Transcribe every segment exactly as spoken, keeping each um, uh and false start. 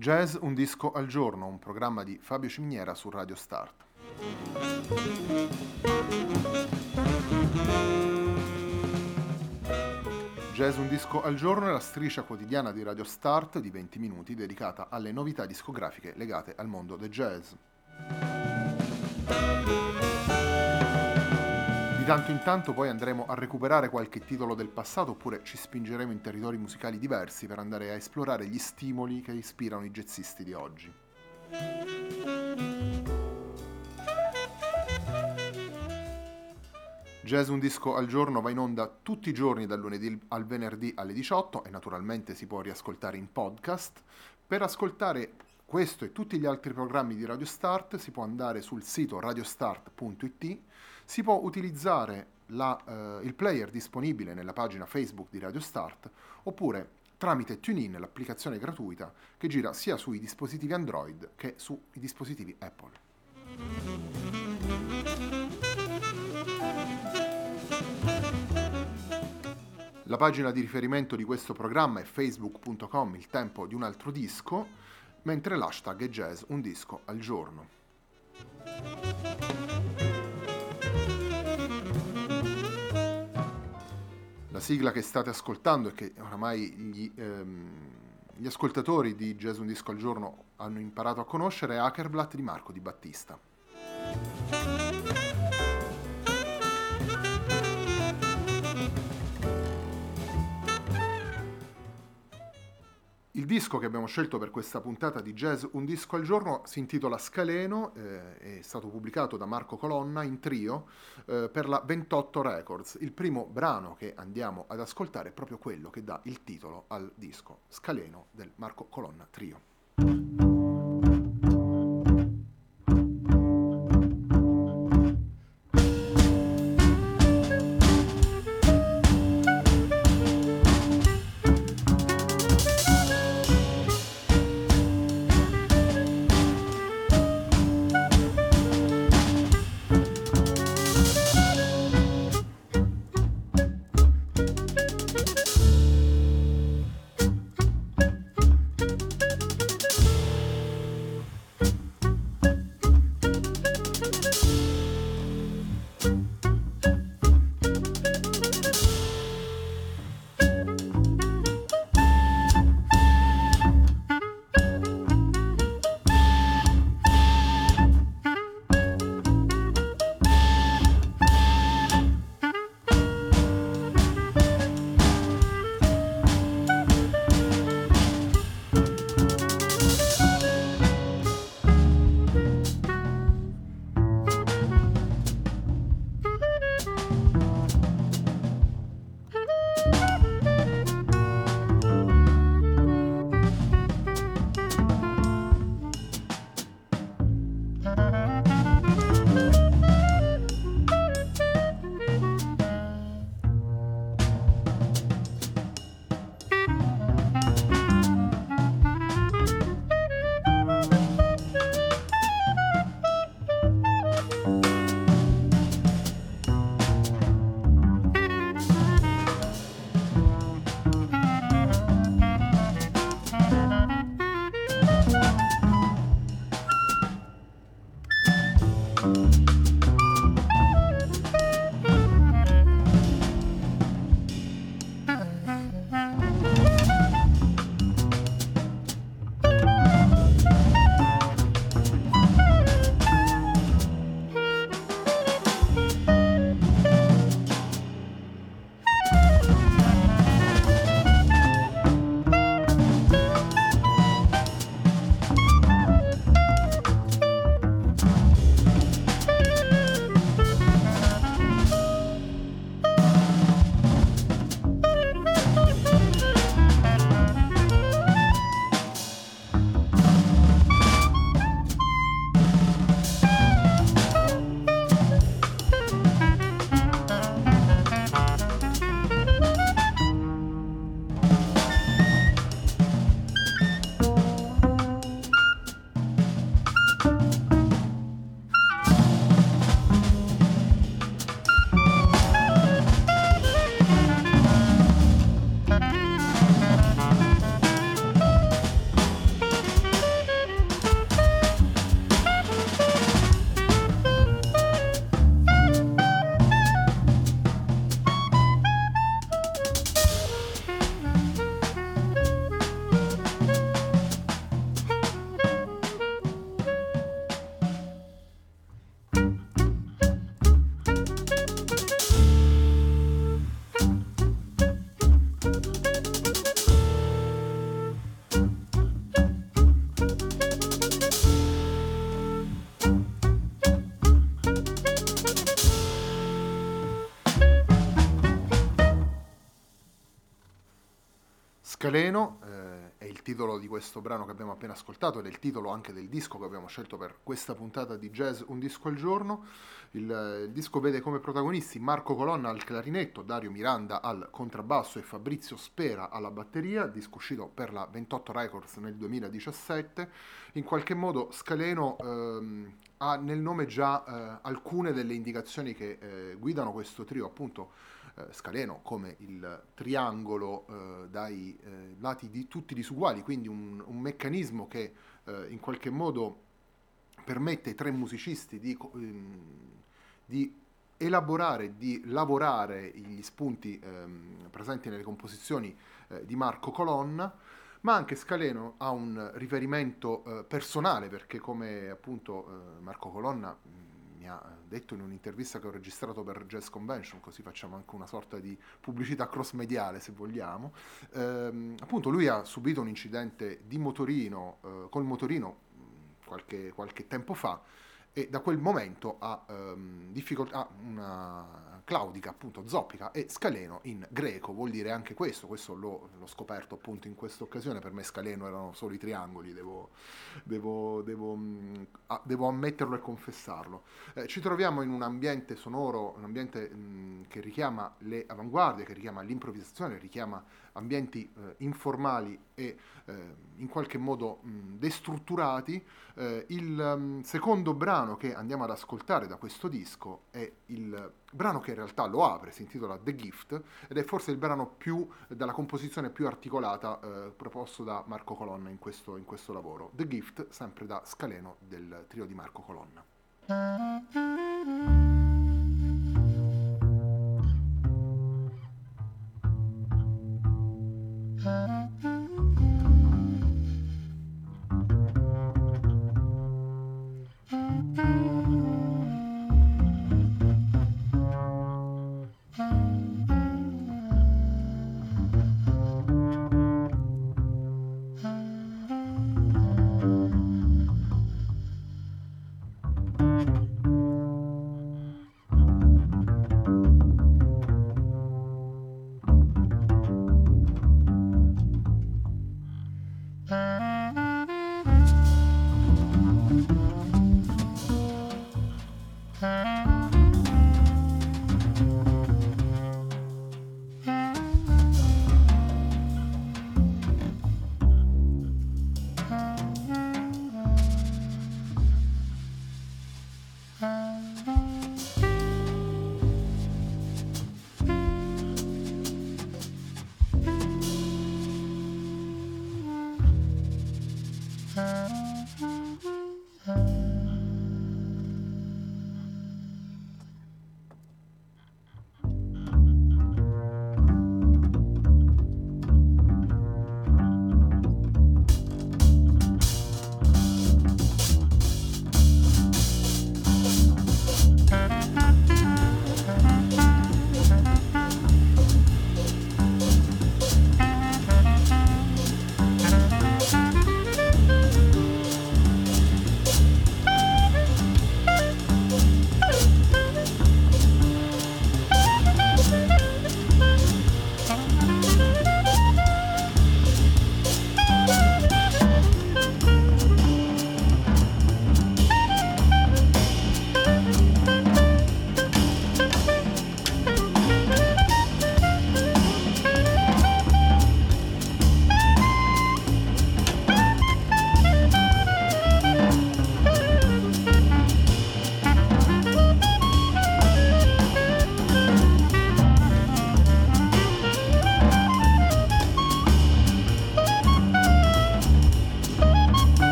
Jazz Un Disco al Giorno, un programma di Fabio Ciminiera su Radio Start. Jazz Un Disco al Giorno è la striscia quotidiana di Radio Start di venti minuti dedicata alle novità discografiche legate al mondo del jazz. Di tanto in tanto poi andremo a recuperare qualche titolo del passato oppure ci spingeremo in territori musicali diversi per andare a esplorare gli stimoli che ispirano i jazzisti di oggi. Jazz Un Disco al Giorno va in onda tutti i giorni dal lunedì al venerdì alle diciotto e naturalmente si può riascoltare in podcast. Per ascoltare questo e tutti gli altri programmi di Radio Start si può andare sul sito radiostart punto it, si può utilizzare la, eh, il player disponibile nella pagina Facebook di Radio Start oppure tramite TuneIn, l'applicazione gratuita che gira sia sui dispositivi Android che sui dispositivi Apple. La pagina di riferimento di questo programma è facebook punto com il tempo di un altro disco, mentre l'hashtag è Jazz Un Disco al Giorno. La sigla che state ascoltando e che oramai gli, ehm, gli ascoltatori di Jazz Un Disco al Giorno hanno imparato a conoscere è Akerblatt di Marco Di Battista. Il disco che abbiamo scelto per questa puntata di Jazz Un Disco al Giorno si intitola Scaleno, eh, è stato pubblicato da Marco Colonna in trio eh, per la ventotto Records. Il primo brano che andiamo ad ascoltare è proprio quello che dà il titolo al disco, Scaleno del Marco Colonna Trio. Scaleno eh, è il titolo di questo brano che abbiamo appena ascoltato ed è il titolo anche del disco che abbiamo scelto per questa puntata di Jazz Un Disco al Giorno. Il, il disco vede come protagonisti Marco Colonna al clarinetto, Dario Miranda al contrabbasso e Fabrizio Spera alla batteria, disco uscito per la ventotto Records nel duemiladiciassette. In qualche modo Scaleno ehm, ha nel nome già eh, alcune delle indicazioni che eh, guidano questo trio, appunto eh, Scaleno come il triangolo eh, dai eh, lati di, tutti disuguali, quindi un, un meccanismo che eh, in qualche modo permette ai tre musicisti di, ehm, di elaborare, di lavorare gli spunti ehm, presenti nelle composizioni eh, di Marco Colonna, ma anche Scaleno ha un riferimento eh, personale, perché come appunto eh, Marco Colonna mh, mi ha detto in un'intervista che ho registrato per Jazz Convention, così facciamo anche una sorta di pubblicità cross-mediale se vogliamo, ehm, appunto lui ha subito un incidente di motorino, eh, col motorino mh, qualche, qualche tempo fa, e da quel momento ha um, difficoltà, ha una claudica, appunto zoppica, e Scaleno in greco vuol dire anche questo. Questo l'ho, l'ho scoperto appunto in questa occasione. Per me Scaleno erano solo i triangoli, devo, devo, devo, mh, ah, devo ammetterlo e confessarlo. Eh, ci troviamo in un ambiente sonoro, un ambiente mh, che richiama le avanguardie, che richiama l'improvvisazione, richiama ambienti eh, informali e eh, in qualche modo mh, destrutturati. Eh, il um, secondo brano che andiamo ad ascoltare da questo disco è il brano che in realtà lo apre, si intitola The Gift, ed è forse il brano più, dalla composizione più articolata eh, proposto da Marco Colonna in questo, in questo lavoro. The Gift, sempre da Scaleno del trio di Marco Colonna.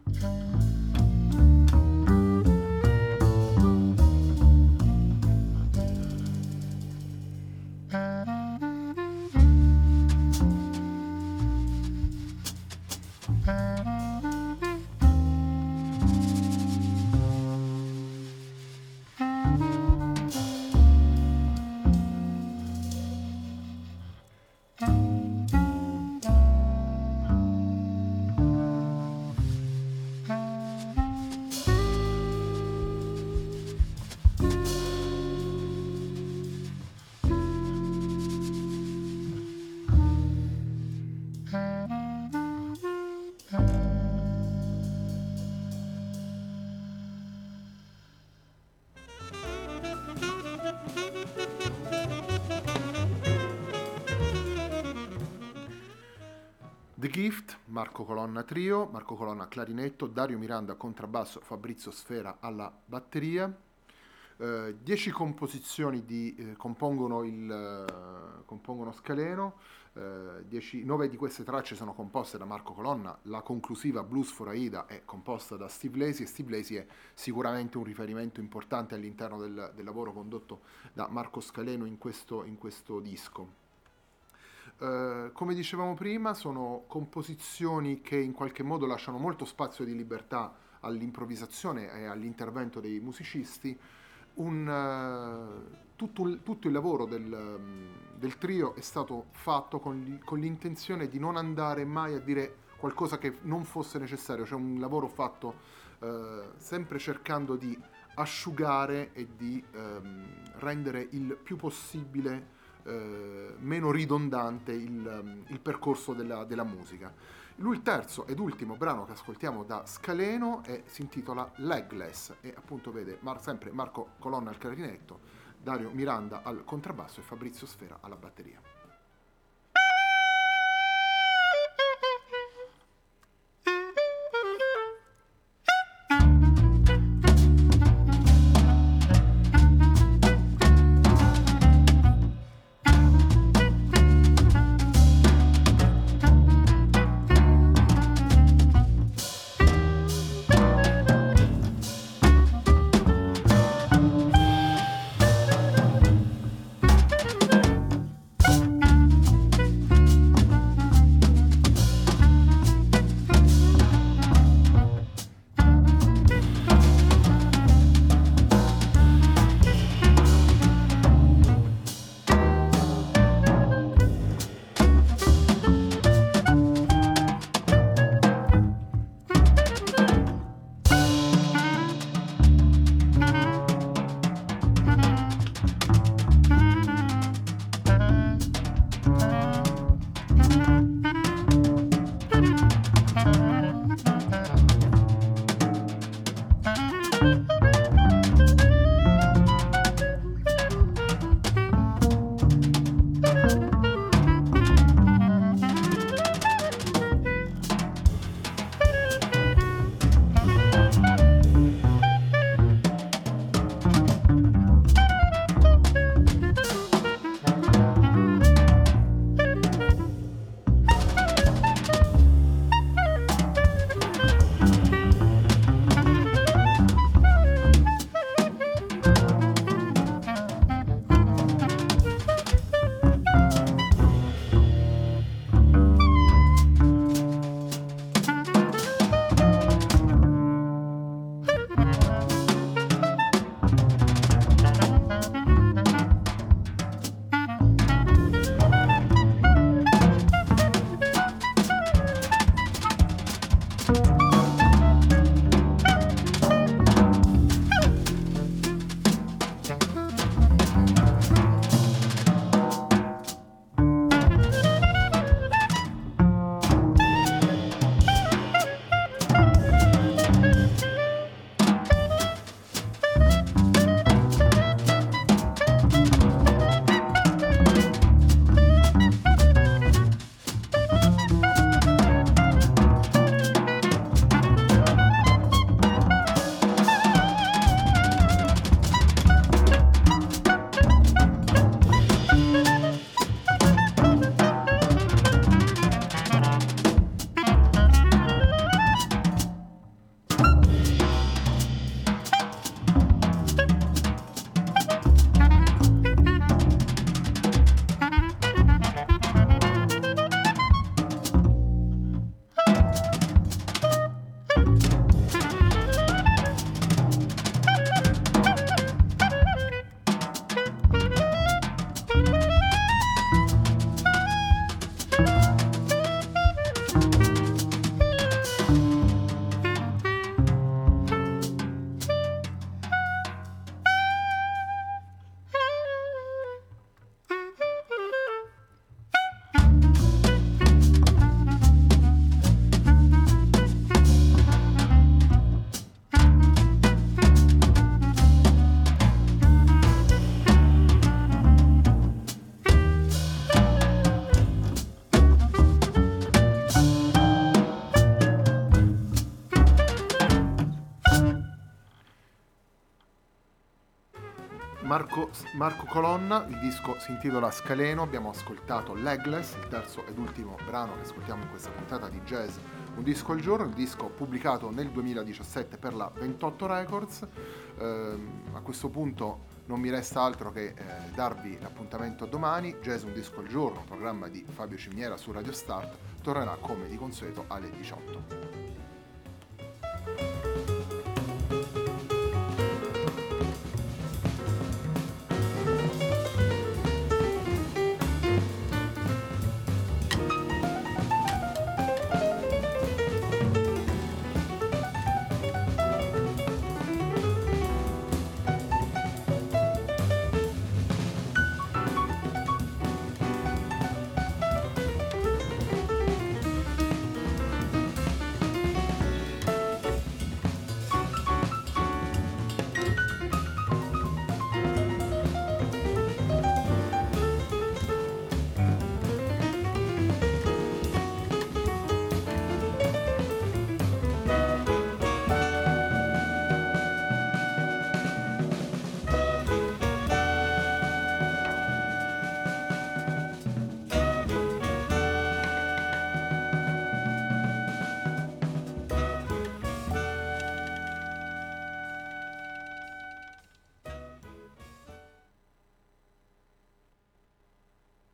The Gift, Marco Colonna trio, Marco Colonna clarinetto, Dario Miranda contrabbasso, Fabrizio Sfera alla batteria. Eh, dieci composizioni di, eh, compongono, il, eh, compongono Scaleno, eh, dieci, nove di queste tracce sono composte da Marco Colonna, la conclusiva Blues for Aida è composta da Steve Lacy e Steve Lacy è sicuramente un riferimento importante all'interno del, del lavoro condotto da Marco Scaleno in questo, in questo disco. Uh, come dicevamo prima, sono composizioni che in qualche modo lasciano molto spazio di libertà all'improvvisazione e all'intervento dei musicisti. Un, uh, tutto, tutto il lavoro del, um, del trio è stato fatto con, gli, con l'intenzione di non andare mai a dire qualcosa che non fosse necessario, cioè un lavoro fatto uh, sempre cercando di asciugare e di um, rendere il più possibile Eh, meno ridondante il, il percorso della, della musica. Lui il terzo ed ultimo brano che ascoltiamo da Scaleno e si intitola Legless e appunto vede Mar- sempre Marco Colonna al clarinetto, Dario Miranda al contrabbasso e Fabrizio Sfera alla batteria. Marco, Marco Colonna, il disco si intitola Scaleno, abbiamo ascoltato Legless, il terzo ed ultimo brano che ascoltiamo in questa puntata di Jazz Un disco al giorno, il disco pubblicato nel duemiladiciassette per la ventotto Records. Eh, a questo punto non mi resta altro che eh, darvi l'appuntamento a domani. Jazz Un disco al giorno, programma di Fabio Ciminiera su Radio Start, tornerà come di consueto alle diciotto.